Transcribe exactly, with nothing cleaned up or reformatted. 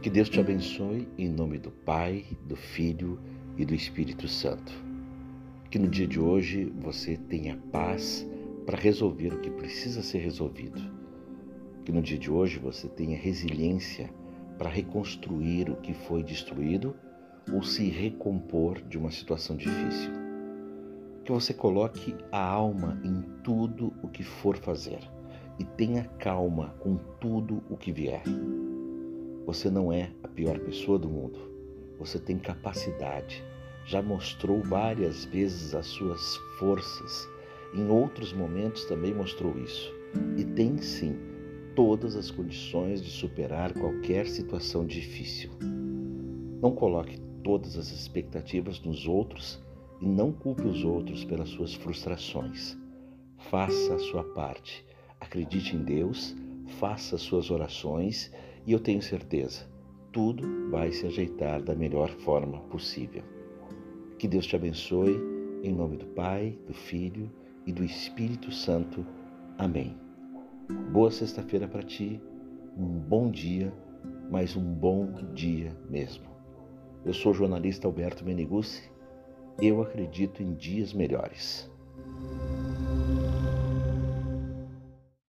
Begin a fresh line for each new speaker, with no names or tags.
Que Deus te abençoe em nome do Pai, do Filho e do Espírito Santo. Que no dia de hoje você tenha paz para resolver o que precisa ser resolvido. Que no dia de hoje você tenha resiliência para reconstruir o que foi destruído ou se recompor de uma situação difícil. Que você coloque a alma em tudo o que for fazer e tenha calma com tudo o que vier. Você não é a pior pessoa do mundo. Você tem capacidade. Já mostrou várias vezes as suas forças. Em outros momentos também mostrou isso. E tem sim todas as condições de superar qualquer situação difícil. Não coloque todas as expectativas nos outros e não culpe os outros pelas suas frustrações. Faça a sua parte. Acredite em Deus, faça as suas orações e eu tenho certeza, tudo vai se ajeitar da melhor forma possível. Que Deus te abençoe, em nome do Pai, do Filho e do Espírito Santo. Amém. Boa sexta-feira para ti, um bom dia, mas um bom dia mesmo. Eu sou o jornalista Alberto Meneguzzi. Eu acredito em dias melhores.